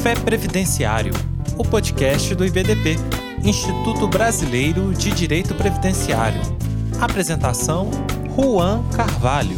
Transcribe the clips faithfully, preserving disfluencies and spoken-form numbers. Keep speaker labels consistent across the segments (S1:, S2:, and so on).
S1: Café Previdenciário, o podcast do I B D P, Instituto Brasileiro de Direito Previdenciário. Apresentação: Juan Carvalho.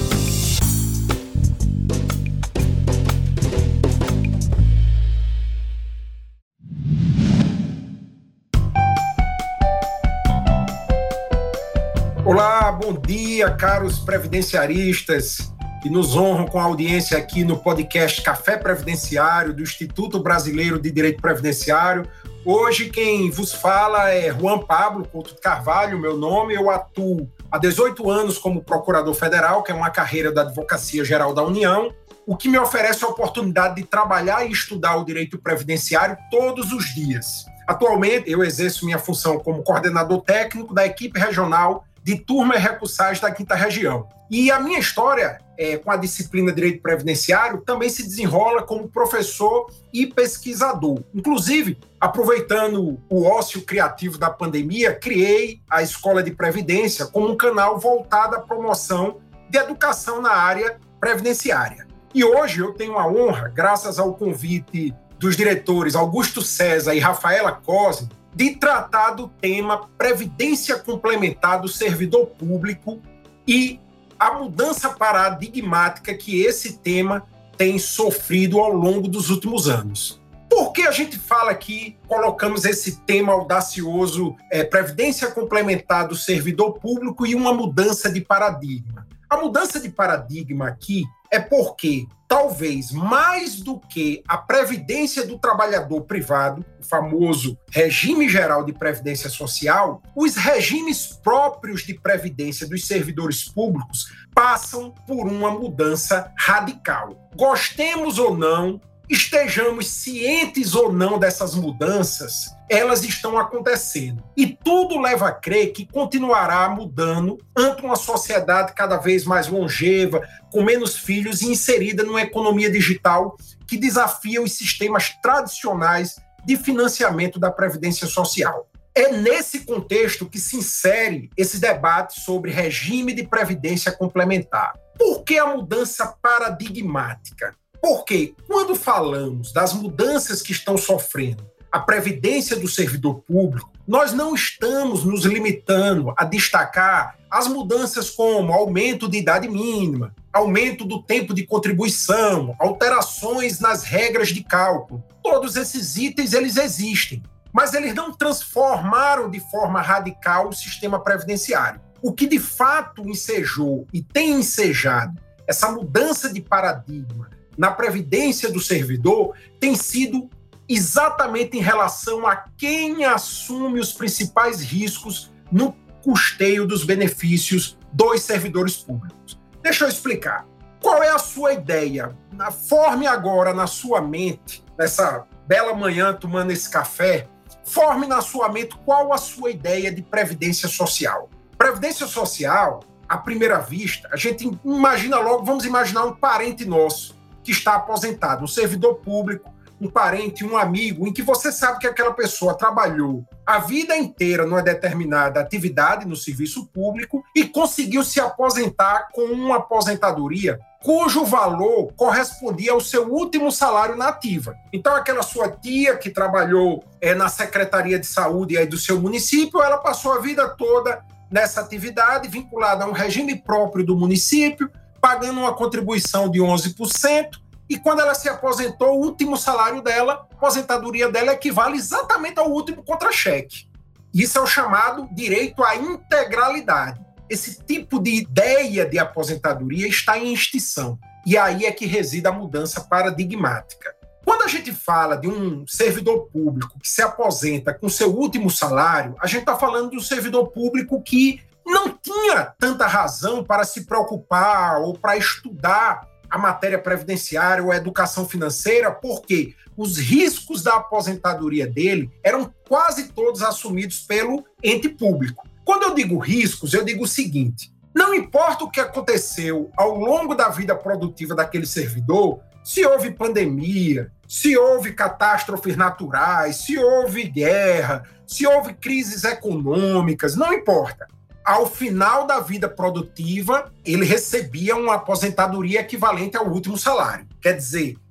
S2: Olá, bom dia, caros previdenciaristas que nos honram com a audiência aqui no podcast Café Previdenciário do Instituto Brasileiro de Direito Previdenciário. Hoje quem vos fala é Juan Pablo Couto de Carvalho, meu nome. Eu atuo há dezoito anos como procurador federal, que é uma carreira da Advocacia Geral da União, o que me oferece a oportunidade de trabalhar e estudar o direito previdenciário todos os dias. Atualmente, eu exerço minha função como coordenador técnico da equipe regional de turma e recursais da quinta região. E a minha história é, com a disciplina de Direito Previdenciário também se desenrola como professor e pesquisador. Inclusive, aproveitando o ócio criativo da pandemia, criei a Escola de Previdência como um canal voltado à promoção de educação na área previdenciária. E hoje eu tenho a honra, graças ao convite dos diretores Augusto César e Rafaela Cosme, de tratar do tema Previdência Complementar do Servidor Público e a mudança paradigmática que esse tema tem sofrido ao longo dos últimos anos. Por que a gente fala aqui, colocamos esse tema audacioso, é, Previdência Complementar do Servidor Público e uma mudança de paradigma? A mudança de paradigma aqui é porque, talvez mais do que a previdência do trabalhador privado, o famoso regime geral de previdência social, os regimes próprios de previdência dos servidores públicos passam por uma mudança radical. Gostemos ou não, estejamos cientes ou não dessas mudanças, elas estão acontecendo. E tudo leva a crer que continuará mudando ante uma sociedade cada vez mais longeva, com menos filhos e inserida numa economia digital que desafia os sistemas tradicionais de financiamento da Previdência Social. É nesse contexto que se insere esse debate sobre regime de previdência complementar. Por que a mudança paradigmática? Porque quando falamos das mudanças que estão sofrendo a previdência do servidor público, nós não estamos nos limitando a destacar as mudanças como aumento de idade mínima, aumento do tempo de contribuição, alterações nas regras de cálculo. Todos esses itens, eles existem, mas eles não transformaram de forma radical o sistema previdenciário. O que de fato ensejou e tem ensejado essa mudança de paradigma na previdência do servidor tem sido exatamente em relação a quem assume os principais riscos no custeio dos benefícios dos servidores públicos. Deixa eu explicar. Qual é a sua ideia? Forme agora na sua mente, nessa bela manhã tomando esse café, forme na sua mente qual a sua ideia de previdência social. Previdência social, à primeira vista, a gente imagina logo, vamos imaginar um parente nosso que está aposentado, um servidor público, um parente, um amigo, em que você sabe que aquela pessoa trabalhou a vida inteira numa determinada atividade no serviço público e conseguiu se aposentar com uma aposentadoria cujo valor correspondia ao seu último salário na ativa. Então, aquela sua tia que trabalhou é, na Secretaria de Saúde aí do seu município, ela passou a vida toda nessa atividade, vinculada a um regime próprio do município, pagando uma contribuição de onze por cento, e quando ela se aposentou, o último salário dela, a aposentadoria dela equivale exatamente ao último contra-cheque. Isso é o chamado direito à integralidade. Esse tipo de ideia de aposentadoria está em extinção, e aí é que reside a mudança paradigmática. Quando a gente fala de um servidor público que se aposenta com seu último salário, a gente está falando de um servidor público que não tinha tanta razão para se preocupar ou para estudar a matéria previdenciária ou a educação financeira, porque os riscos da aposentadoria dele eram quase todos assumidos pelo ente público. Quando eu digo riscos, eu digo o seguinte: não importa o que aconteceu ao longo da vida produtiva daquele servidor, se houve pandemia, se houve catástrofes naturais, se houve guerra, se houve crises econômicas, não importa. Ao final da vida produtiva, ele recebia uma aposentadoria equivalente ao último salário. Quer dizer,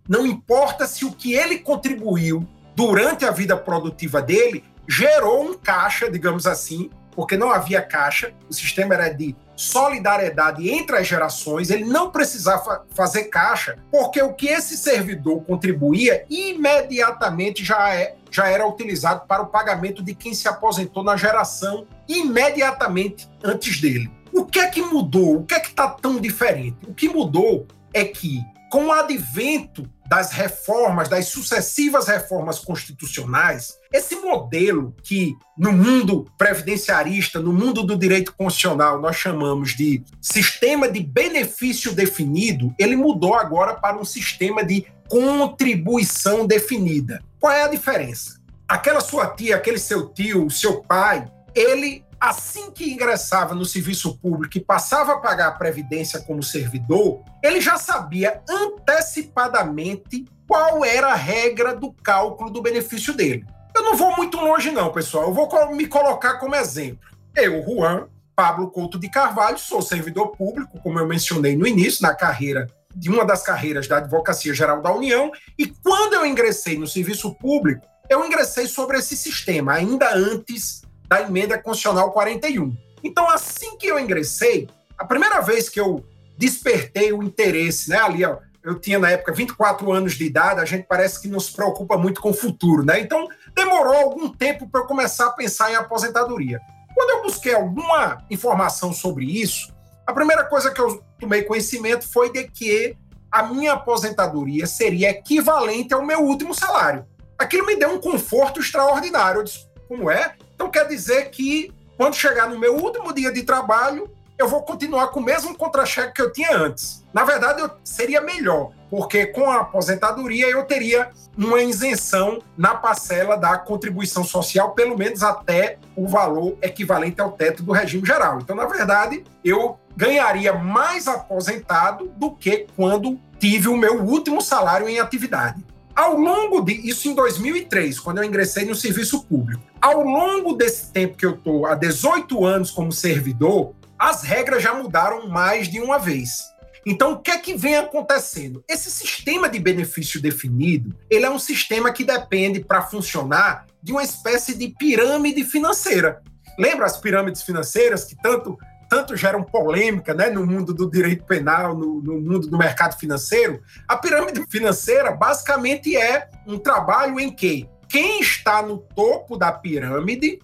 S2: não importa se o que ele contribuiu durante a vida produtiva dele gerou um caixa, digamos assim, porque não havia caixa, o sistema era de solidariedade entre as gerações, ele não precisava fazer caixa, porque o que esse servidor contribuía imediatamente já, é, já era utilizado para o pagamento de quem se aposentou na geração imediatamente antes dele. O que é que mudou? O que é que está tão diferente? O que mudou é que, com o advento das reformas, das sucessivas reformas constitucionais, esse modelo que no mundo previdenciarista, no mundo do direito constitucional, nós chamamos de sistema de benefício definido, ele mudou agora para um sistema de contribuição definida. Qual é a diferença? Aquela sua tia, aquele seu tio, o seu pai, ele, assim que ingressava no serviço público e passava a pagar a previdência como servidor, ele já sabia antecipadamente qual era a regra do cálculo do benefício dele. Eu não vou muito longe não, pessoal. Eu vou me colocar como exemplo. Eu, Juan Pablo Couto de Carvalho, sou servidor público, como eu mencionei no início, na carreira, de uma das carreiras da Advocacia Geral da União, e quando eu ingressei no serviço público, eu ingressei sobre esse sistema, ainda antes da emenda constitucional quarenta e um. Então, assim que eu ingressei, a primeira vez que eu despertei o interesse, né, ali, ó, eu tinha na época vinte e quatro anos de idade, a gente parece que não se preocupa muito com o futuro, né? Então, demorou algum tempo para eu começar a pensar em aposentadoria. Quando eu busquei alguma informação sobre isso, a primeira coisa que eu tomei conhecimento foi de que a minha aposentadoria seria equivalente ao meu último salário. Aquilo me deu um conforto extraordinário. Eu disse, como é? Então quer dizer que quando chegar no meu último dia de trabalho, eu vou continuar com o mesmo contra-cheque que eu tinha antes. Na verdade, eu seria melhor, porque com a aposentadoria eu teria uma isenção na parcela da contribuição social, pelo menos até o valor equivalente ao teto do regime geral. Então, na verdade, eu ganharia mais aposentado do que quando tive o meu último salário em atividade. Ao longo de... Isso em dois mil e três, quando eu ingressei no serviço público. Ao longo desse tempo que eu estou há dezoito anos como servidor, as regras já mudaram mais de uma vez. Então, o que é que vem acontecendo? Esse sistema de benefício definido, ele é um sistema que depende, para funcionar, de uma espécie de pirâmide financeira. Lembra as pirâmides financeiras que tanto, tanto geram polêmica, né, no mundo do direito penal, no, no mundo do mercado financeiro? A pirâmide financeira, basicamente, é um trabalho em que quem está no topo da pirâmide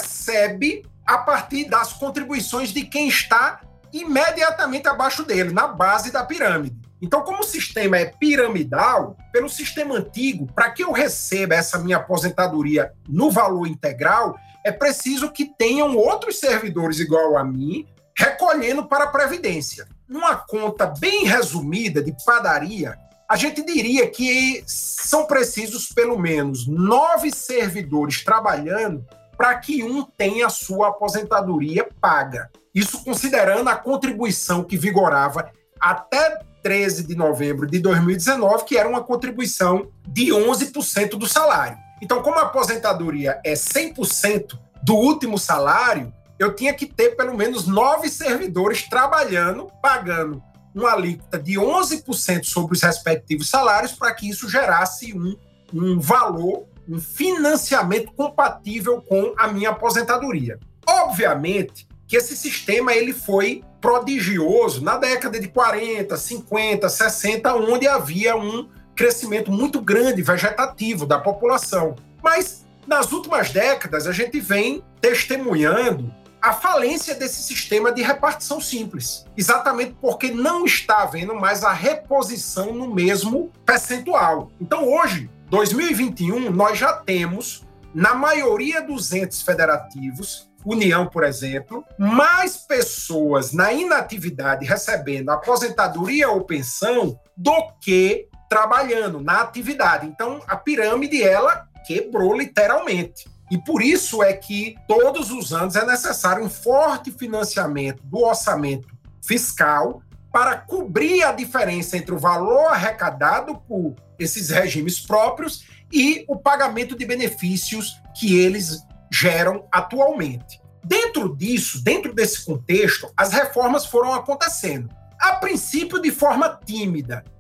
S2: recebe a partir das contribuições de quem está imediatamente abaixo dele, na base da pirâmide. Então, como o sistema é piramidal, pelo sistema antigo, para que eu receba essa minha aposentadoria no valor integral, é preciso que tenham outros servidores igual a mim recolhendo para a Previdência. Numa conta bem resumida de padaria, a gente diria que são precisos pelo menos nove servidores trabalhando para que um tenha a sua aposentadoria paga. Isso considerando a contribuição que vigorava até treze de novembro de dois mil e dezenove, que era uma contribuição de onze por cento do salário. Então, como a aposentadoria é cem por cento do último salário, eu tinha que ter pelo menos nove servidores trabalhando, pagando uma alíquota de onze por cento sobre os respectivos salários para que isso gerasse um, um valor, um financiamento compatível com a minha aposentadoria. Obviamente que esse sistema ele foi prodigioso na década de quarenta, cinquenta, sessenta, onde havia um crescimento muito grande vegetativo da população. Mas nas últimas décadas a gente vem testemunhando a falência desse sistema de repartição simples, exatamente porque não está havendo mais a reposição no mesmo percentual. Então hoje, dois mil e vinte e um, nós já temos, na maioria dos entes federativos, União, por exemplo, mais pessoas na inatividade recebendo aposentadoria ou pensão do que trabalhando na atividade. Então, a pirâmide, ela quebrou literalmente. E por isso é que todos os anos é necessário um forte financiamento do orçamento fiscal para cobrir a diferença entre o valor arrecadado por esses regimes próprios e o pagamento de benefícios que eles geram atualmente. Dentro disso, dentro desse contexto, as reformas foram acontecendo. A princípio de forma tímida.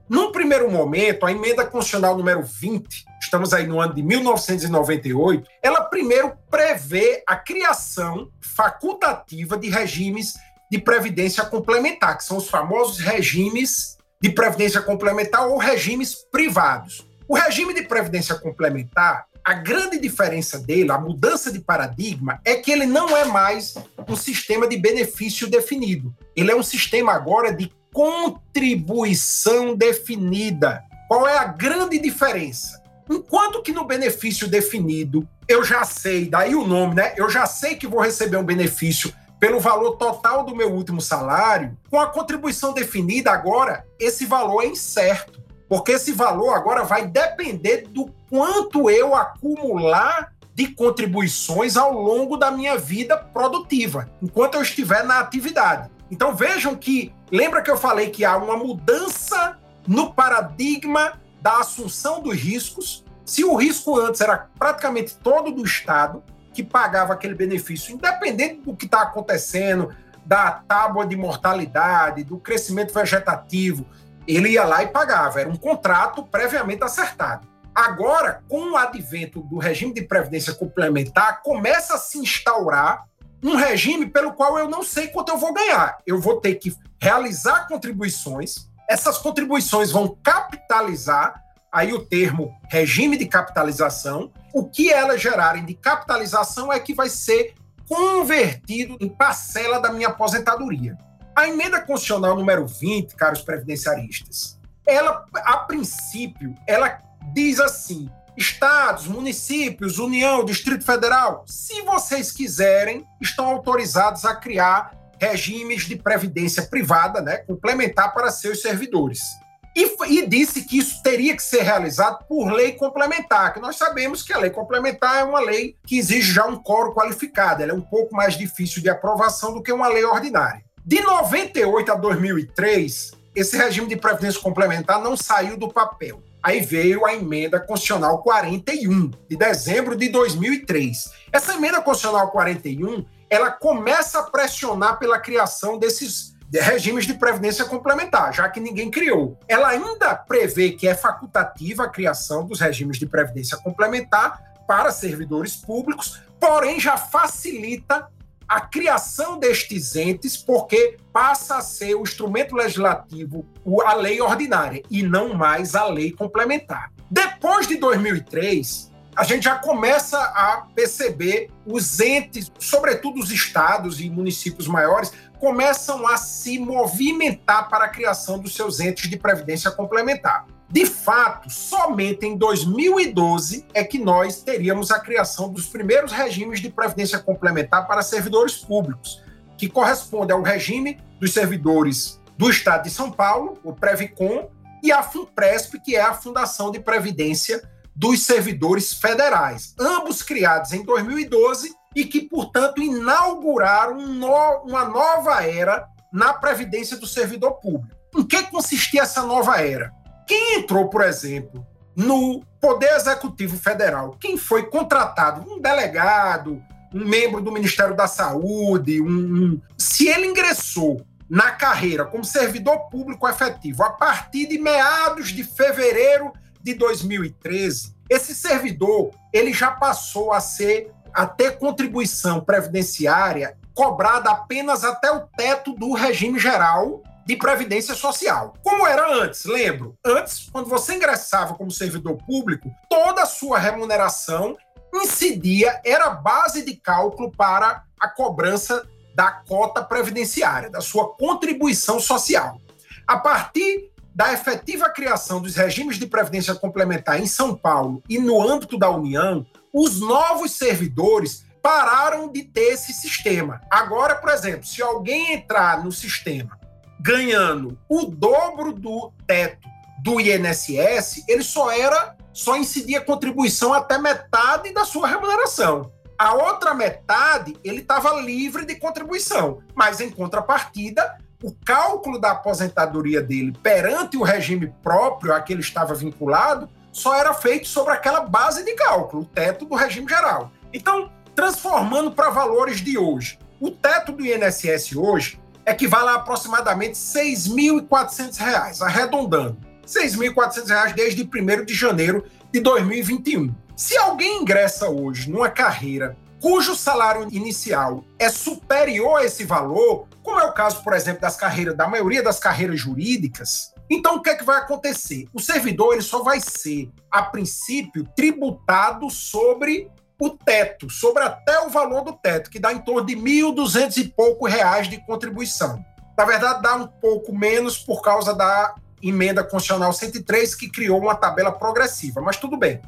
S2: Num primeiro momento, a emenda constitucional número vinte, estamos aí no ano de mil novecentos e noventa e oito, ela primeiro prevê a criação facultativa de regimes de previdência complementar, que são os famosos regimes de previdência complementar ou regimes privados. O regime de previdência complementar, a grande diferença dele, a mudança de paradigma, é que ele não é mais um sistema de benefício definido. Ele é um sistema agora de contribuição definida. Qual é a grande diferença? Enquanto que no benefício definido, eu já sei, daí o nome, né? Eu já sei que vou receber um benefício pelo valor total do meu último salário, com a contribuição definida agora, esse valor é incerto, porque esse valor agora vai depender do quanto eu acumular de contribuições ao longo da minha vida produtiva, enquanto eu estiver na atividade. Então vejam que, lembra que eu falei que há uma mudança no paradigma da assunção dos riscos? Se o risco antes era praticamente todo do Estado, que pagava aquele benefício, independente do que está acontecendo, da tábua de mortalidade, do crescimento vegetativo, ele ia lá e pagava, era um contrato previamente acertado. Agora, com o advento do regime de previdência complementar, começa a se instaurar um regime pelo qual eu não sei quanto eu vou ganhar. Eu vou ter que realizar contribuições, essas contribuições vão capitalizar, aí o termo regime de capitalização, o que elas gerarem de capitalização é que vai ser convertido em parcela da minha aposentadoria. A emenda constitucional número vinte, caros previdenciaristas, ela, a princípio, ela diz assim: estados, municípios, União, Distrito Federal, se vocês quiserem, estão autorizados a criar regimes de previdência privada, né, complementar para seus servidores. E, e disse que isso teria que ser realizado por lei complementar, que nós sabemos que a lei complementar é uma lei que exige já um quórum qualificado, ela é um pouco mais difícil de aprovação do que uma lei ordinária. De noventa e oito a dois mil e três, esse regime de previdência complementar não saiu do papel. Aí veio a emenda constitucional quarenta e um, de dezembro de dois mil e três. Essa emenda constitucional quarenta e um, ela começa a pressionar pela criação desses regimes de previdência complementar, já que ninguém criou. Ela ainda prevê que é facultativa a criação dos regimes de previdência complementar para servidores públicos, porém já facilita a criação destes entes, porque passa a ser o instrumento legislativo a lei ordinária e não mais a lei complementar. Depois de dois mil e três, a gente já começa a perceber os entes, sobretudo os estados e municípios maiores, começam a se movimentar para a criação dos seus entes de previdência complementar. De fato, somente em dois mil e doze é que nós teríamos a criação dos primeiros regimes de previdência complementar para servidores públicos, que corresponde ao regime dos servidores do Estado de São Paulo, o Previcom, e a Funpresp, que é a Fundação de Previdência dos Servidores Federais, ambos criados em dois mil e doze e que, portanto, inauguraram um no, uma nova era na Previdência do Servidor Público. Em que consistia essa nova era? Quem entrou, por exemplo, no Poder Executivo Federal, quem foi contratado, um delegado, um membro do Ministério da Saúde, um, um, se ele ingressou na carreira como servidor público efetivo a partir de meados de fevereiro de dois mil e treze, esse servidor ele já passou a ser a ter contribuição previdenciária cobrada apenas até o teto do regime geral de previdência social. Como era antes, lembro? Antes, quando você ingressava como servidor público, toda a sua remuneração incidia, era base de cálculo para a cobrança da cota previdenciária, da sua contribuição social. A partir da efetiva criação dos regimes de previdência complementar em São Paulo e no âmbito da União, os novos servidores pararam de ter esse sistema. Agora, por exemplo, se alguém entrar no sistema ganhando o dobro do teto do I N S S, ele só era, só incidia contribuição até metade da sua remuneração. A outra metade, ele estava livre de contribuição, mas em contrapartida, o cálculo da aposentadoria dele perante o regime próprio a que ele estava vinculado só era feito sobre aquela base de cálculo, o teto do regime geral. Então, transformando para valores de hoje, o teto do I N S S hoje equivale a aproximadamente seis mil e quatrocentos reais, arredondando. seis mil e quatrocentos reais desde primeiro de janeiro de dois mil e vinte e um. Se alguém ingressa hoje numa carreira cujo salário inicial é superior a esse valor, como é o caso, por exemplo, das carreiras, da maioria das carreiras jurídicas, então o que é que vai acontecer? O servidor ele só vai ser, a princípio, tributado sobre o teto, sobre até o valor do teto, que dá em torno de mil e duzentos e pouco reais de contribuição. Na verdade, dá um pouco menos por causa da emenda constitucional cento e três, que criou uma tabela progressiva, mas tudo bem.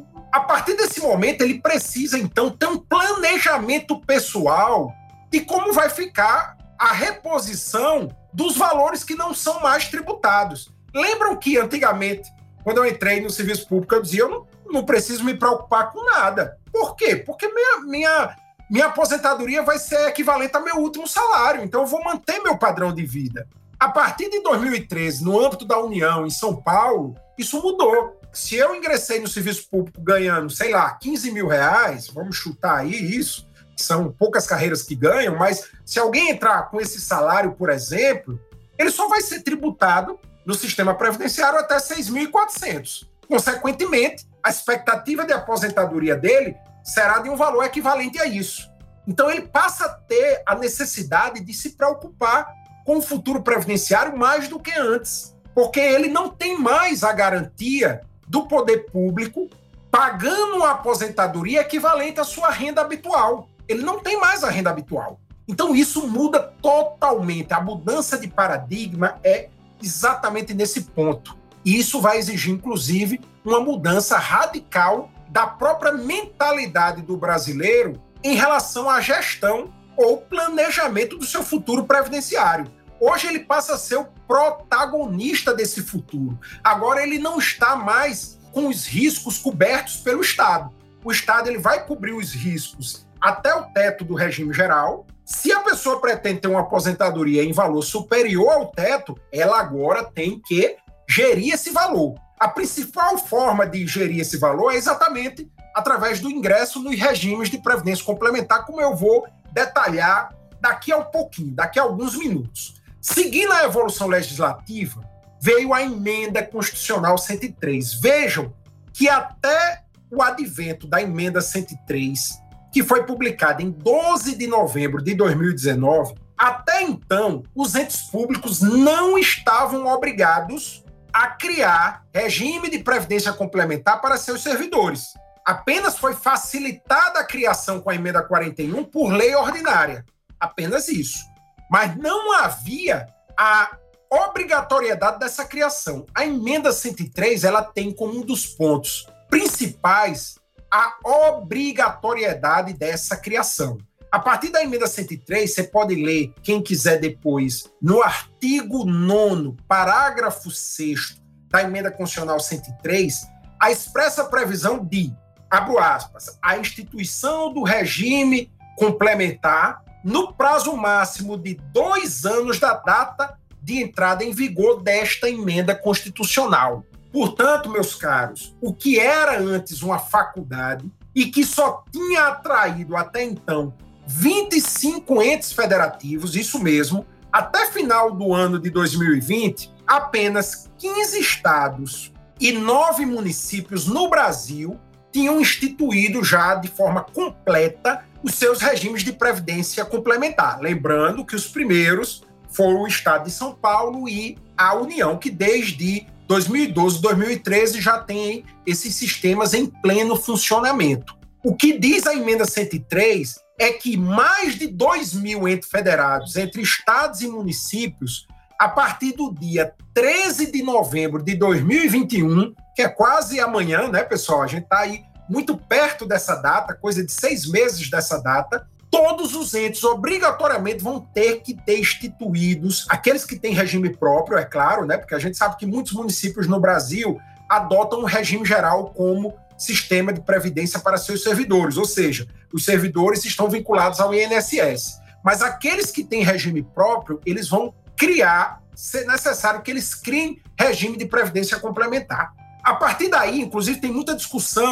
S2: A partir desse momento, ele precisa, então, ter um planejamento pessoal de como vai ficar a reposição dos valores que não são mais tributados. Lembram que, antigamente, quando eu entrei no serviço público, eu dizia, eu não, não preciso me preocupar com nada. Por quê? Porque minha, minha, minha aposentadoria vai ser equivalente ao meu último salário, então eu vou manter meu padrão de vida. A partir de dois mil e treze, no âmbito da União, em São Paulo, isso mudou. Se eu ingressei no serviço público ganhando, sei lá, quinze mil reais, vamos chutar aí isso, são poucas carreiras que ganham, mas se alguém entrar com esse salário, por exemplo, ele só vai ser tributado no sistema previdenciário até seis mil e quatrocentos. Consequentemente, a expectativa de aposentadoria dele será de um valor equivalente a isso. Então, ele passa a ter a necessidade de se preocupar com o futuro previdenciário mais do que antes, porque ele não tem mais a garantia do poder público pagando uma aposentadoria equivalente à sua renda habitual. Ele não tem mais a renda habitual. Então, isso muda totalmente. A mudança de paradigma é exatamente nesse ponto. E isso vai exigir, inclusive, uma mudança radical da própria mentalidade do brasileiro em relação à gestão ou planejamento do seu futuro previdenciário. Hoje ele passa a ser o protagonista desse futuro. Agora ele não está mais com os riscos cobertos pelo Estado. O Estado ele vai cobrir os riscos até o teto do regime geral. Se a pessoa pretende ter uma aposentadoria em valor superior ao teto, ela agora tem que gerir esse valor. A principal forma de gerir esse valor é exatamente através do ingresso nos regimes de previdência complementar, como eu vou detalhar daqui a um pouquinho, daqui a alguns minutos. Seguindo a evolução legislativa, veio a emenda constitucional cento e três. Vejam que até o advento da emenda cento e três, que foi publicada em doze de novembro de dois mil e dezenove, até então, os entes públicos não estavam obrigados a criar regime de previdência complementar para seus servidores. Apenas foi facilitada a criação com a emenda quarenta e um por lei ordinária. Apenas isso. Mas não havia a obrigatoriedade dessa criação. A emenda cento e três ela tem como um dos pontos principais a obrigatoriedade dessa criação. A partir da emenda cento e três, você pode ler, quem quiser depois, no artigo nono, parágrafo sexto da emenda constitucional cento e três, a expressa previsão de, abro aspas, a instituição do regime complementar no prazo máximo de dois anos da data de entrada em vigor desta emenda constitucional. Portanto, meus caros, o que era antes uma faculdade e que só tinha atraído até então vinte e cinco entes federativos, isso mesmo, até final do ano de dois mil e vinte, apenas quinze estados e nove municípios no Brasil tinham instituído já de forma completa os seus regimes de previdência complementar. Lembrando que os primeiros foram o estado de São Paulo e a União, que desde dois mil e doze, dois mil e treze já tem esses sistemas em pleno funcionamento. O que diz a emenda cento e três é que mais de dois mil entes federados entre estados e municípios, a partir do dia treze de novembro de dois mil e vinte e um, que é quase amanhã, né, pessoal? A gente está aí muito perto dessa data, coisa de seis meses dessa data, todos os entes obrigatoriamente vão ter que ter instituídos, aqueles que têm regime próprio, é claro, né? Porque a gente sabe que muitos municípios no Brasil adotam um regime geral como sistema de previdência para seus servidores, ou seja, os servidores estão vinculados ao I N S S. Mas aqueles que têm regime próprio, eles vão criar, se necessário que eles criem regime de previdência complementar. A partir daí, inclusive, tem muita discussão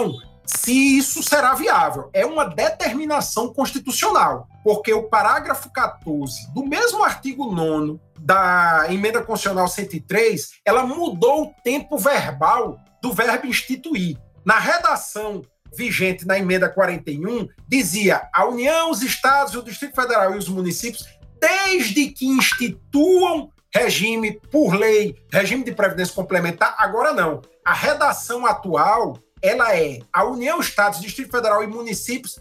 S2: se isso será viável. É uma determinação constitucional, porque o parágrafo quatorze do mesmo artigo nono da Emenda Constitucional cento e três, ela mudou o tempo verbal do verbo instituir. Na redação vigente na Emenda quarenta e um, dizia: a União, os Estados, o Distrito Federal e os municípios, desde que instituam regime por lei, regime de previdência complementar. Agora não. A redação atual, ela é: a União, Estados, Distrito Federal e municípios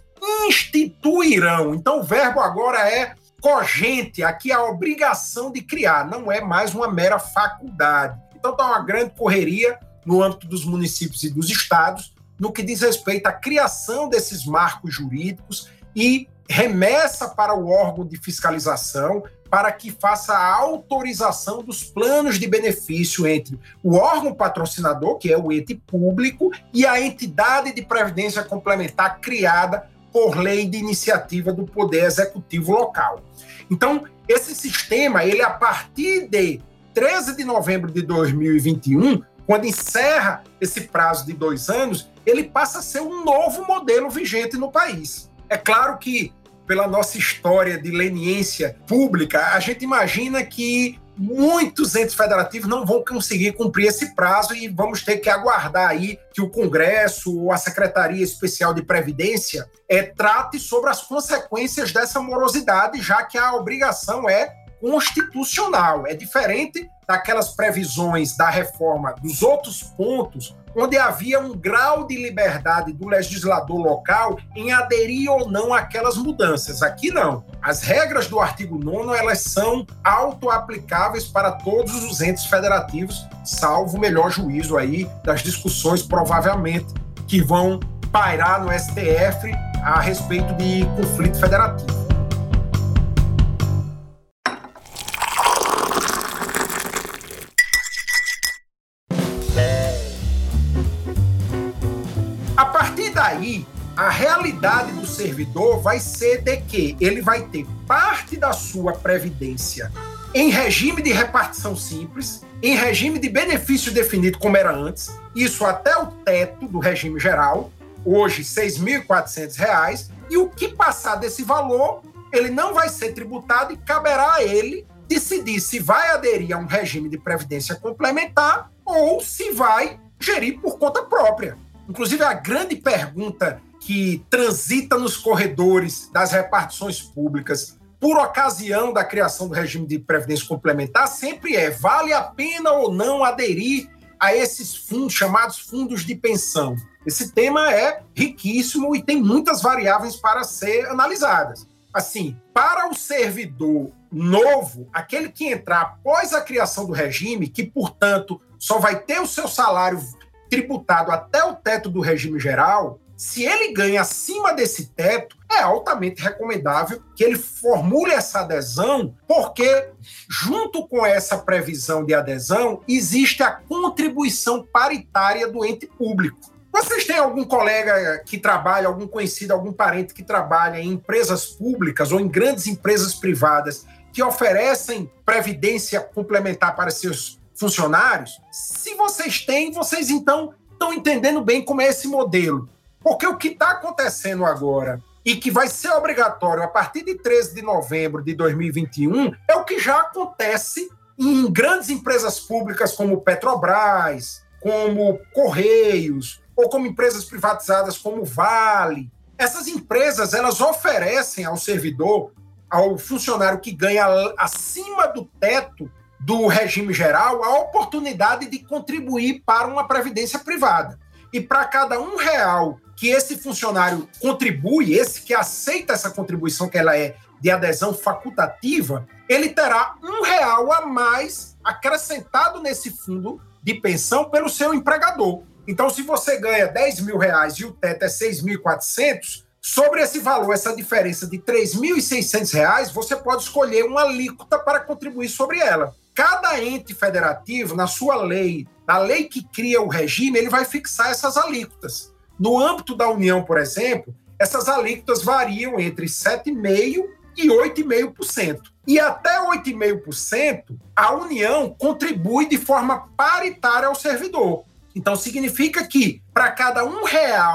S2: instituirão. Então o verbo agora é cogente, aqui a obrigação de criar, não é mais uma mera faculdade. Então está uma grande correria no âmbito dos municípios e dos estados, no que diz respeito à criação desses marcos jurídicos e remessa para o órgão de fiscalização para que faça a autorização dos planos de benefício entre o órgão patrocinador, que é o ente público, e a entidade de previdência complementar criada por lei de iniciativa do Poder Executivo local. Então, esse sistema, ele a partir de treze de novembro de dois mil e vinte e um, quando encerra esse prazo de dois anos, ele passa a ser um novo modelo vigente no país. É claro que, pela nossa história de leniência pública, a gente imagina que muitos entes federativos não vão conseguir cumprir esse prazo e vamos ter que aguardar aí que o Congresso ou a Secretaria Especial de Previdência é, trate sobre as consequências dessa morosidade, já que a obrigação é constitucional. É diferente daquelas previsões da reforma dos outros pontos, onde havia um grau de liberdade do legislador local em aderir ou não àquelas mudanças. Aqui não. As regras do artigo nono, elas são auto-aplicáveis para todos os entes federativos, salvo o melhor juízo aí das discussões, provavelmente, que vão pairar no S T F a respeito de conflito federativo. A partir daí, a realidade do servidor vai ser de que ele vai ter parte da sua previdência em regime de repartição simples, em regime de benefício definido como era antes, isso até o teto do regime geral, hoje seis mil e quatrocentos reais, e o que passar desse valor, ele não vai ser tributado e caberá a ele decidir se vai aderir a um regime de previdência complementar ou se vai gerir por conta própria. Inclusive, a grande pergunta que transita nos corredores das repartições públicas por ocasião da criação do regime de previdência complementar sempre é: vale a pena ou não aderir a esses fundos chamados fundos de pensão? Esse tema é riquíssimo e tem muitas variáveis para ser analisadas. Assim, para o servidor novo, aquele que entrar após a criação do regime, que, portanto, só vai ter o seu salário tributado até o teto do regime geral, se ele ganha acima desse teto, é altamente recomendável que ele formule essa adesão, porque junto com essa previsão de adesão, existe a contribuição paritária do ente público. Vocês têm algum colega que trabalha, algum conhecido, algum parente que trabalha em empresas públicas ou em grandes empresas privadas que oferecem previdência complementar para seus funcionários? Se vocês têm, vocês então estão entendendo bem como é esse modelo. Porque o que está acontecendo agora e que vai ser obrigatório a partir de treze de novembro de dois mil e vinte e um é o que já acontece em grandes empresas públicas como Petrobras, como Correios, ou como empresas privatizadas como Vale. Essas empresas, elas oferecem ao servidor, ao funcionário que ganha acima do teto do regime geral, a oportunidade de contribuir para uma previdência privada. E para cada um real que esse funcionário contribui, esse que aceita essa contribuição, que ela é de adesão facultativa, ele terá um real a mais acrescentado nesse fundo de pensão pelo seu empregador. Então, se você ganha dez mil reais e o teto é seis mil e quatrocentos, sobre esse valor, essa diferença de três mil e seiscentos reais, você pode escolher uma alíquota para contribuir sobre ela. Cada ente federativo, na sua lei, na lei que cria o regime, ele vai fixar essas alíquotas. No âmbito da União, por exemplo, essas alíquotas variam entre sete vírgula cinco por cento e oito vírgula cinco por cento. E até oito vírgula cinco por cento, a União contribui de forma paritária ao servidor. Então, significa que, para cada um real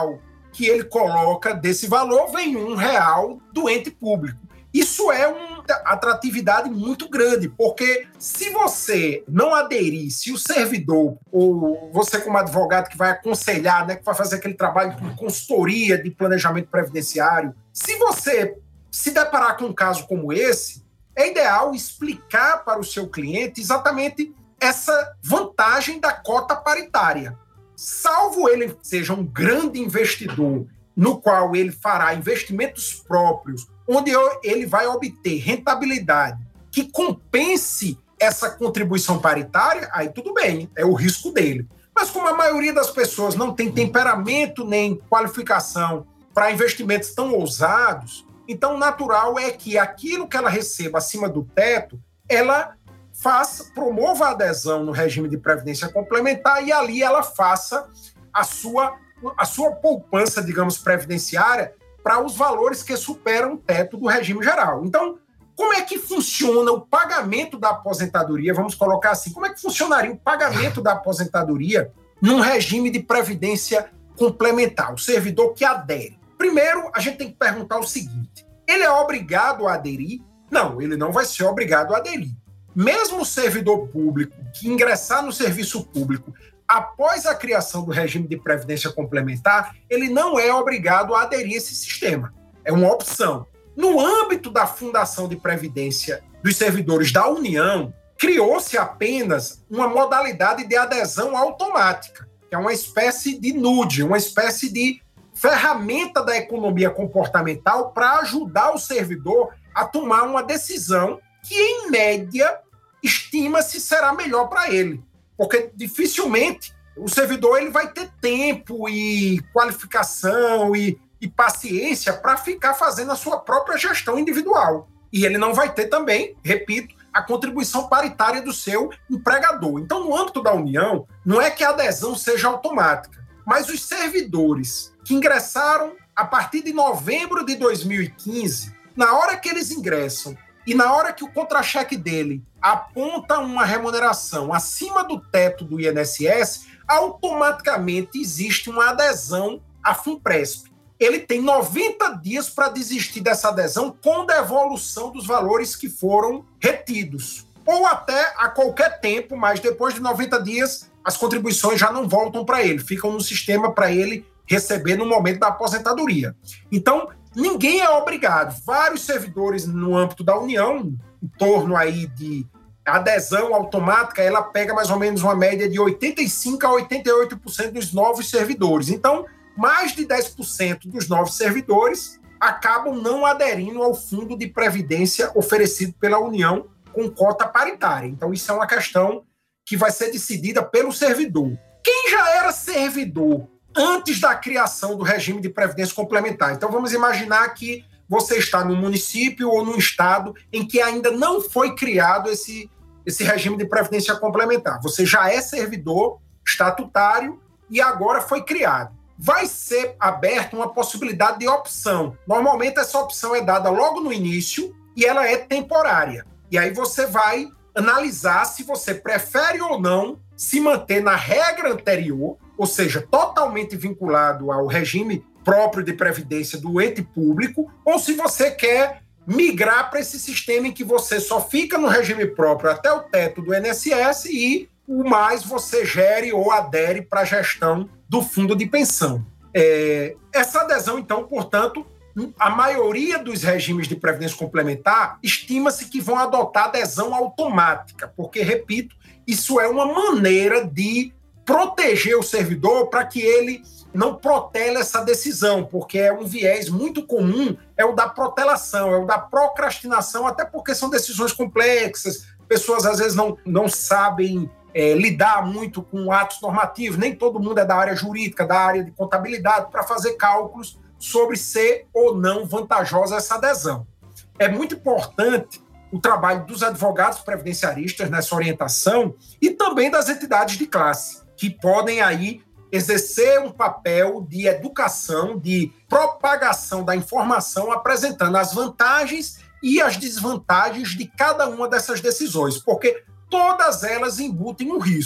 S2: que ele coloca desse valor vem um real do ente público. Isso é uma atratividade muito grande, porque se você não aderir, se o servidor, ou você como advogado que vai aconselhar, né, que vai fazer aquele trabalho de consultoria de planejamento previdenciário, se você se deparar com um caso como esse, é ideal explicar para o seu cliente exatamente essa vantagem da cota paritária. Salvo ele seja um grande investidor, no qual ele fará investimentos próprios, onde ele vai obter rentabilidade que compense essa contribuição paritária, aí tudo bem, é o risco dele. Mas como a maioria das pessoas não tem temperamento nem qualificação para investimentos tão ousados, então natural é que aquilo que ela receba acima do teto, ela faça, promova a adesão no regime de previdência complementar e ali ela faça a sua, a sua poupança, digamos, previdenciária para os valores que superam o teto do regime geral. Então, como é que funciona o pagamento da aposentadoria? Vamos colocar assim, como é que funcionaria o pagamento da aposentadoria num regime de previdência complementar, o servidor que adere? Primeiro, a gente tem que perguntar o seguinte, ele é obrigado a aderir? Não, ele não vai ser obrigado a aderir. Mesmo o servidor público que ingressar no serviço público após a criação do regime de previdência complementar, ele não é obrigado a aderir a esse sistema. É uma opção. No âmbito da Fundação de Previdência dos Servidores da União, criou-se apenas uma modalidade de adesão automática, que é uma espécie de N U D, uma espécie de ferramenta da economia comportamental para ajudar o servidor a tomar uma decisão que, em média, estima-se será melhor para ele. Porque dificilmente o servidor ele vai ter tempo e qualificação e, e paciência para ficar fazendo a sua própria gestão individual. E ele não vai ter também, repito, a contribuição paritária do seu empregador. Então, no âmbito da União, não é que a adesão seja automática, mas os servidores que ingressaram a partir de novembro de dois mil e quinze, na hora que eles ingressam e na hora que o contra-cheque dele aponta uma remuneração acima do teto do I N S S, automaticamente existe uma adesão à FUNPRESP. Ele tem noventa dias para desistir dessa adesão com devolução dos valores que foram retidos. Ou até a qualquer tempo, mas depois de noventa dias, as contribuições já não voltam para ele, ficam no sistema para ele receber no momento da aposentadoria. Então, ninguém é obrigado. Vários servidores no âmbito da União, em torno aí de adesão automática, ela pega mais ou menos uma média de oitenta e cinco por cento a oitenta e oito por cento dos novos servidores. Então, mais de dez por cento dos novos servidores acabam não aderindo ao fundo de previdência oferecido pela União com cota paritária. Então, isso é uma questão que vai ser decidida pelo servidor. Quem já era servidor antes da criação do regime de previdência complementar? Então, vamos imaginar que você está num município ou num estado em que ainda não foi criado esse, esse regime de previdência complementar. Você já é servidor estatutário e agora foi criado. Vai ser aberta uma possibilidade de opção. Normalmente, essa opção é dada logo no início e ela é temporária. E aí você vai analisar se você prefere ou não se manter na regra anterior, ou seja, totalmente vinculado ao regime próprio de previdência do ente público, ou se você quer migrar para esse sistema em que você só fica no regime próprio até o teto do I N S S e o mais você gere ou adere para a gestão do fundo de pensão. É, essa adesão, então, portanto, a maioria dos regimes de previdência complementar estima-se que vão adotar adesão automática, porque, repito, isso é uma maneira de proteger o servidor para que ele não protela essa decisão, porque é um viés muito comum, é o da protelação, é o da procrastinação, até porque são decisões complexas, pessoas às vezes não, não sabem é, lidar muito com atos normativos, nem todo mundo é da área jurídica, da área de contabilidade, para fazer cálculos sobre ser ou não vantajosa essa adesão. É muito importante o trabalho dos advogados previdenciaristas nessa orientação e também das entidades de classe, que podem aí exercer um papel de educação, de propagação da informação, apresentando as vantagens e as desvantagens de cada uma dessas decisões, porque todas elas embutem um risco.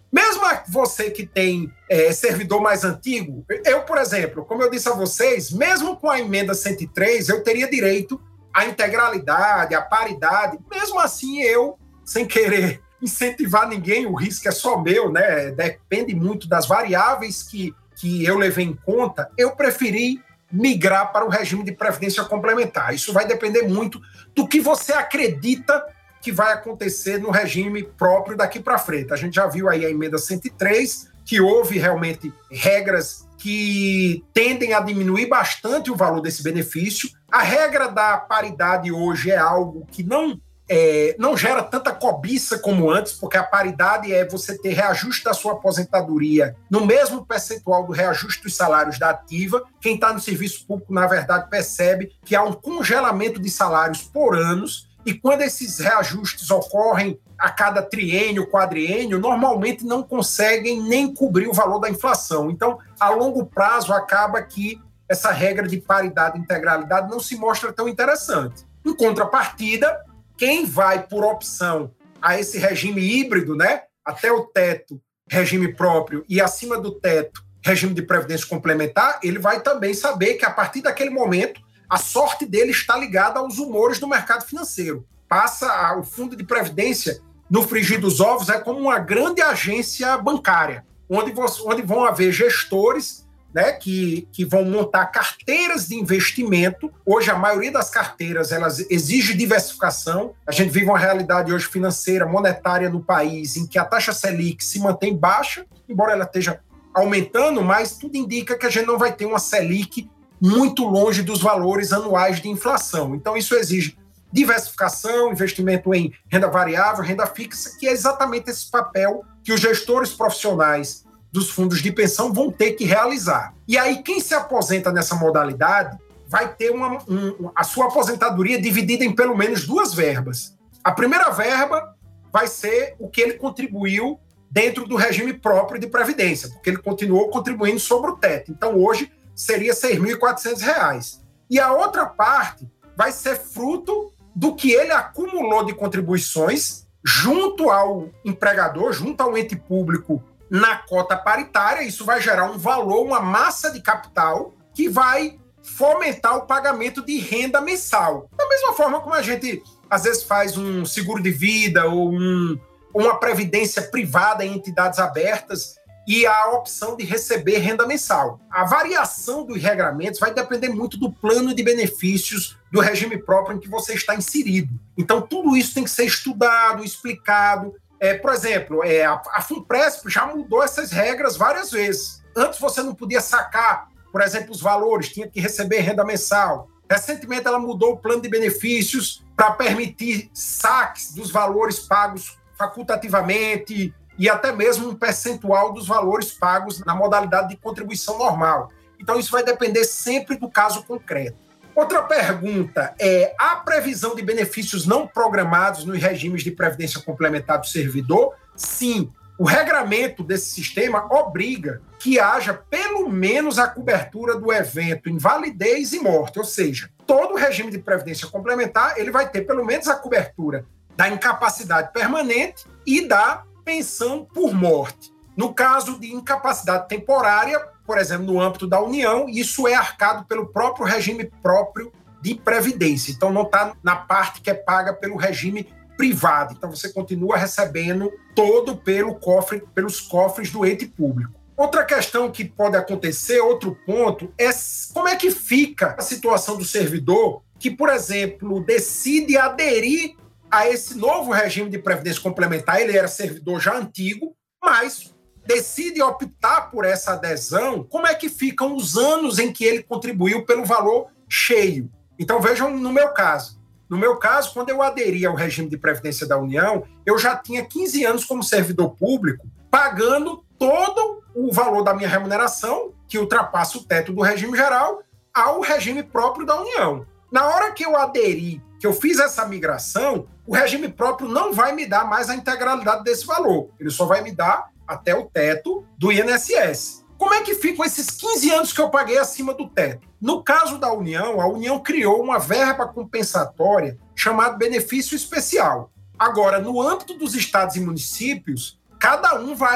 S2: Mesmo você que tem é, servidor mais antigo, eu, por exemplo, como eu disse a vocês, mesmo com a emenda cento e três, eu teria direito à integralidade, à paridade. Mesmo assim, eu, sem querer incentivar ninguém, o risco é só meu, né? Depende muito das variáveis que, que eu levei em conta, eu preferi migrar para o regime de previdência complementar. Isso vai depender muito do que você acredita que vai acontecer no regime próprio daqui para frente. A gente já viu aí a emenda cento e três, que houve realmente regras que tendem a diminuir bastante o valor desse benefício. A regra da paridade hoje é algo que não, é, não gera tanta cobiça como antes, porque a paridade é você ter reajuste da sua aposentadoria no mesmo percentual do reajuste dos salários da ativa. Quem está no serviço público, na verdade, percebe que há um congelamento de salários por anos. E quando esses reajustes ocorrem a cada triênio, quadriênio, normalmente não conseguem nem cobrir o valor da inflação. Então, a longo prazo, acaba que essa regra de paridade e integralidade não se mostra tão interessante. Em contrapartida, quem vai por opção a esse regime híbrido, né, até o teto, regime próprio, e acima do teto, regime de previdência complementar, ele vai também saber que a partir daquele momento a sorte dele está ligada aos humores do mercado financeiro. Passa a, o fundo de previdência, no frigir dos ovos, é como uma grande agência bancária, onde, você, onde vão haver gestores, né, que, que vão montar carteiras de investimento. Hoje, a maioria das carteiras elas exige diversificação. A gente vive uma realidade hoje financeira, monetária no país, em que a taxa Selic se mantém baixa, embora ela esteja aumentando, mas tudo indica que a gente não vai ter uma Selic muito longe dos valores anuais de inflação. Então, isso exige diversificação, investimento em renda variável, renda fixa, que é exatamente esse papel que os gestores profissionais dos fundos de pensão vão ter que realizar. E aí, quem se aposenta nessa modalidade vai ter uma, um, a sua aposentadoria dividida em pelo menos duas verbas. A primeira verba vai ser o que ele contribuiu dentro do regime próprio de previdência, porque ele continuou contribuindo sobre o teto. Então, hoje, seria seis mil e quatrocentos reais. E a outra parte vai ser fruto do que ele acumulou de contribuições junto ao empregador, junto ao ente público na cota paritária. Isso vai gerar um valor, uma massa de capital que vai fomentar o pagamento de renda mensal. Da mesma forma como a gente, às vezes, faz um seguro de vida ou um, uma previdência privada em entidades abertas, e a opção de receber renda mensal. A variação dos regramentos vai depender muito do plano de benefícios do regime próprio em que você está inserido. Então, tudo isso tem que ser estudado, explicado. É, por exemplo, é, a, a FUNPRESP já mudou essas regras várias vezes. Antes você não podia sacar, por exemplo, os valores, tinha que receber renda mensal. Recentemente ela mudou o plano de benefícios para permitir saques dos valores pagos facultativamente, e até mesmo um percentual dos valores pagos na modalidade de contribuição normal. Então, isso vai depender sempre do caso concreto. Outra pergunta é, há previsão de benefícios não programados nos regimes de previdência complementar do servidor? Sim, o regramento desse sistema obriga que haja pelo menos a cobertura do evento invalidez e morte, ou seja, todo o regime de previdência complementar ele vai ter pelo menos a cobertura da incapacidade permanente e da pensão por morte. No caso de incapacidade temporária, por exemplo, no âmbito da União, isso é arcado pelo próprio regime próprio de previdência. Então, não está na parte que é paga pelo regime privado. Então, você continua recebendo todo pelo cofre, pelos cofres do ente público. Outra questão que pode acontecer, outro ponto, é como é que fica a situação do servidor que, por exemplo, decide aderir a esse novo regime de previdência complementar. Ele era servidor já antigo, mas decide optar por essa adesão. Como é que ficam os anos em que ele contribuiu pelo valor cheio? Então, vejam no meu caso. No meu caso, quando eu aderi ao regime de previdência da União, eu já tinha quinze anos como servidor público, pagando todo o valor da minha remuneração, que ultrapassa o teto do regime geral, ao regime próprio da União. Na hora que eu aderi, que eu fiz essa migração, o regime próprio não vai me dar mais a integralidade desse valor. Ele só vai me dar até o teto do I N S S. Como é que ficam esses quinze anos que eu paguei acima do teto? No caso da União, a União criou uma verba compensatória chamada benefício especial. Agora, no âmbito dos estados e municípios, cada um vai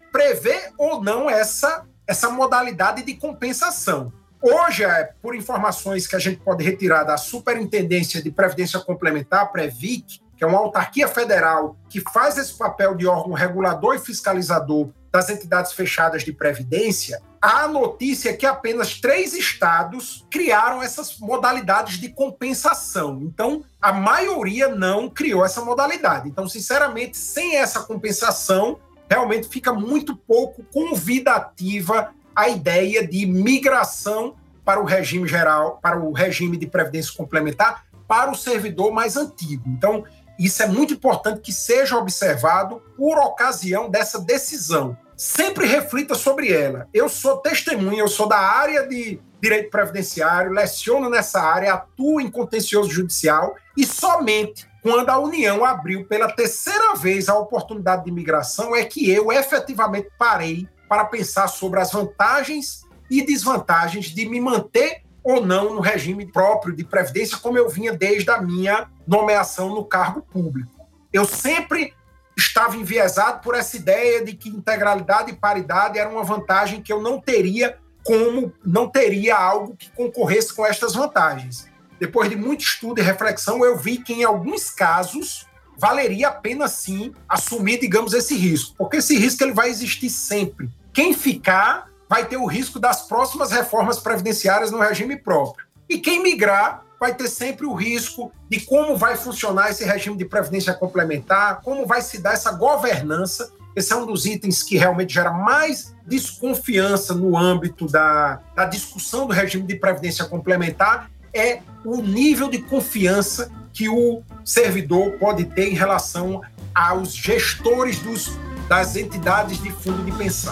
S2: prevê ou não essa, essa modalidade de compensação. Hoje, é, por informações que a gente pode retirar da Superintendência de Previdência Complementar, Previc, que é uma autarquia federal que faz esse papel de órgão regulador e fiscalizador das entidades fechadas de previdência, a notícia é que apenas três estados criaram essas modalidades de compensação. Então, a maioria não criou essa modalidade. Então, sinceramente, sem essa compensação, realmente fica muito pouco convidativa a ideia de migração para o regime geral, para o regime de previdência complementar, para o servidor mais antigo. Então, isso é muito importante que seja observado por ocasião dessa decisão. Sempre reflita sobre ela. Eu sou testemunha, eu sou da área de direito previdenciário, leciono nessa área, atuo em contencioso judicial e somente quando a União abriu pela terceira vez a oportunidade de migração é que eu efetivamente parei para pensar sobre as vantagens e desvantagens de me manter ou não no regime próprio de previdência, como eu vinha desde a minha nomeação no cargo público. Eu sempre estava enviesado por essa ideia de que integralidade e paridade era uma vantagem que eu não teria como, não teria algo que concorresse com estas vantagens. Depois de muito estudo e reflexão, eu vi que em alguns casos valeria a pena sim assumir, digamos, esse risco, porque esse risco ele vai existir sempre. Quem ficar vai ter o risco das próximas reformas previdenciárias no regime próprio. E quem migrar vai ter sempre o risco de como vai funcionar esse regime de previdência complementar, como vai se dar essa governança. Esse é um dos itens que realmente gera mais desconfiança no âmbito da, da discussão do regime de previdência complementar, é o nível de confiança que o servidor pode ter em relação aos gestores dos, das entidades de fundo de pensão.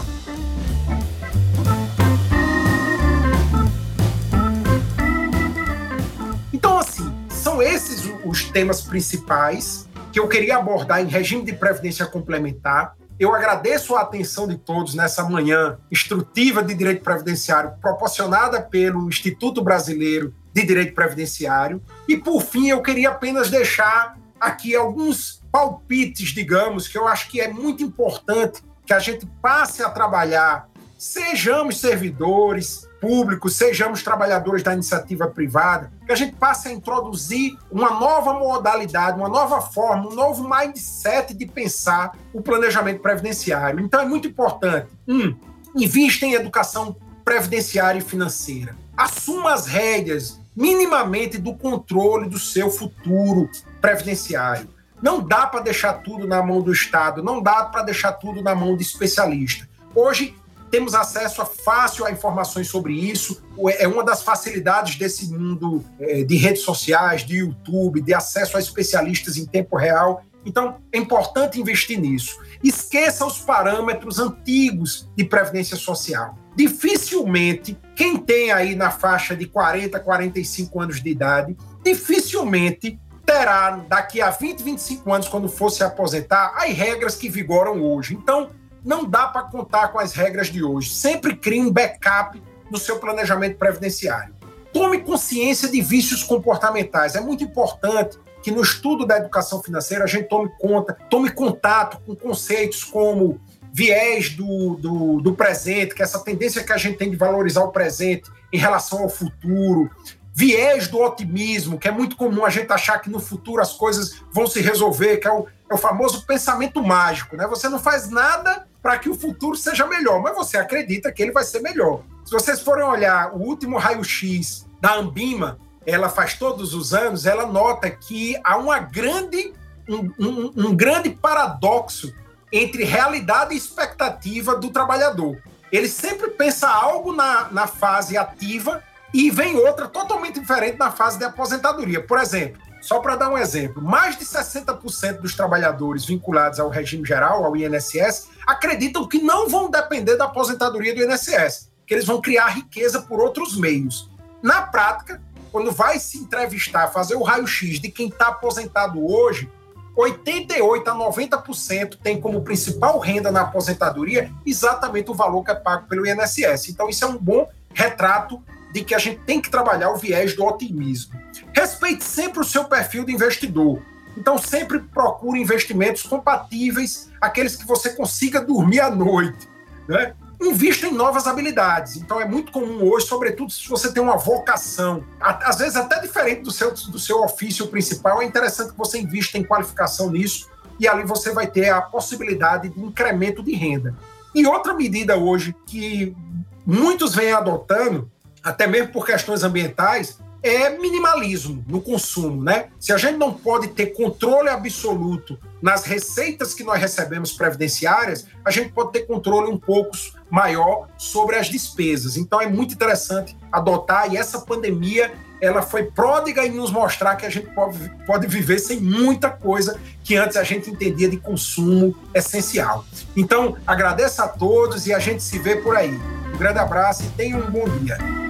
S2: Então, assim, são esses os temas principais que eu queria abordar em regime de previdência complementar. Eu agradeço a atenção de todos nessa manhã instrutiva de direito previdenciário proporcionada pelo Instituto Brasileiro de Direito Previdenciário. E, por fim, eu queria apenas deixar aqui alguns palpites, digamos, que eu acho que é muito importante que a gente passe a trabalhar, sejamos servidores públicos, sejamos trabalhadores da iniciativa privada, que a gente passe a introduzir uma nova modalidade, uma nova forma, um novo mindset de pensar o planejamento previdenciário. Então, é muito importante. Um, invista em educação previdenciária e financeira. Assuma as rédeas, minimamente, do controle do seu futuro previdenciário. Não dá para deixar tudo na mão do Estado, não dá para deixar tudo na mão de especialista. Hoje, temos acesso a fácil a informações sobre isso, é uma das facilidades desse mundo é, de redes sociais, de YouTube, de acesso a especialistas em tempo real. Então, é importante investir nisso. Esqueça os parâmetros antigos de previdência social. Dificilmente, quem tem aí na faixa de quarenta, quarenta e cinco anos de idade, dificilmente terá daqui a vinte, vinte e cinco anos, quando for se aposentar, as regras que vigoram hoje. Então, não dá para contar com as regras de hoje. Sempre crie um backup no seu planejamento previdenciário. Tome consciência de vícios comportamentais. É muito importante que no estudo da educação financeira a gente tome conta, tome contato com conceitos como viés do, do, do presente, que é essa tendência que a gente tem de valorizar o presente em relação ao futuro, viés do otimismo, que é muito comum a gente achar que no futuro as coisas vão se resolver, que é o, é o famoso pensamento mágico, né? Você não faz nada para que o futuro seja melhor, mas você acredita que ele vai ser melhor. Se vocês forem olhar o último raio-x da Ambima, ela faz todos os anos, ela nota que há uma grande, um, um, um grande paradoxo entre realidade e expectativa do trabalhador. Ele sempre pensa algo na, na fase ativa e vem outra totalmente diferente na fase de aposentadoria. Por exemplo, só para dar um exemplo, mais de sessenta por cento dos trabalhadores vinculados ao regime geral, ao I N S S, acreditam que não vão depender da aposentadoria do I N S S, que eles vão criar riqueza por outros meios. Na prática, quando vai se entrevistar, fazer o raio-x de quem está aposentado hoje, oitenta e oito por cento a noventa por cento tem como principal renda na aposentadoria exatamente o valor que é pago pelo I N S S. Então, isso é um bom retrato de que a gente tem que trabalhar o viés do otimismo. Respeite sempre o seu perfil de investidor. Então, sempre procure investimentos compatíveis, aqueles que você consiga dormir à noite, né? Invista em novas habilidades. Então, é muito comum hoje, sobretudo se você tem uma vocação, às vezes até diferente do seu, do seu ofício principal, é interessante que você invista em qualificação nisso, e ali você vai ter a possibilidade de incremento de renda. E outra medida hoje que muitos vêm adotando, até mesmo por questões ambientais, é minimalismo no consumo, né? Se a gente não pode ter controle absoluto nas receitas que nós recebemos previdenciárias, a gente pode ter controle um pouco maior sobre as despesas. Então é muito interessante adotar, e essa pandemia ela foi pródiga em nos mostrar que a gente pode, pode viver sem muita coisa que antes a gente entendia de consumo essencial. Então, agradeço a todos e a gente se vê por aí. Um grande abraço e tenham um bom dia.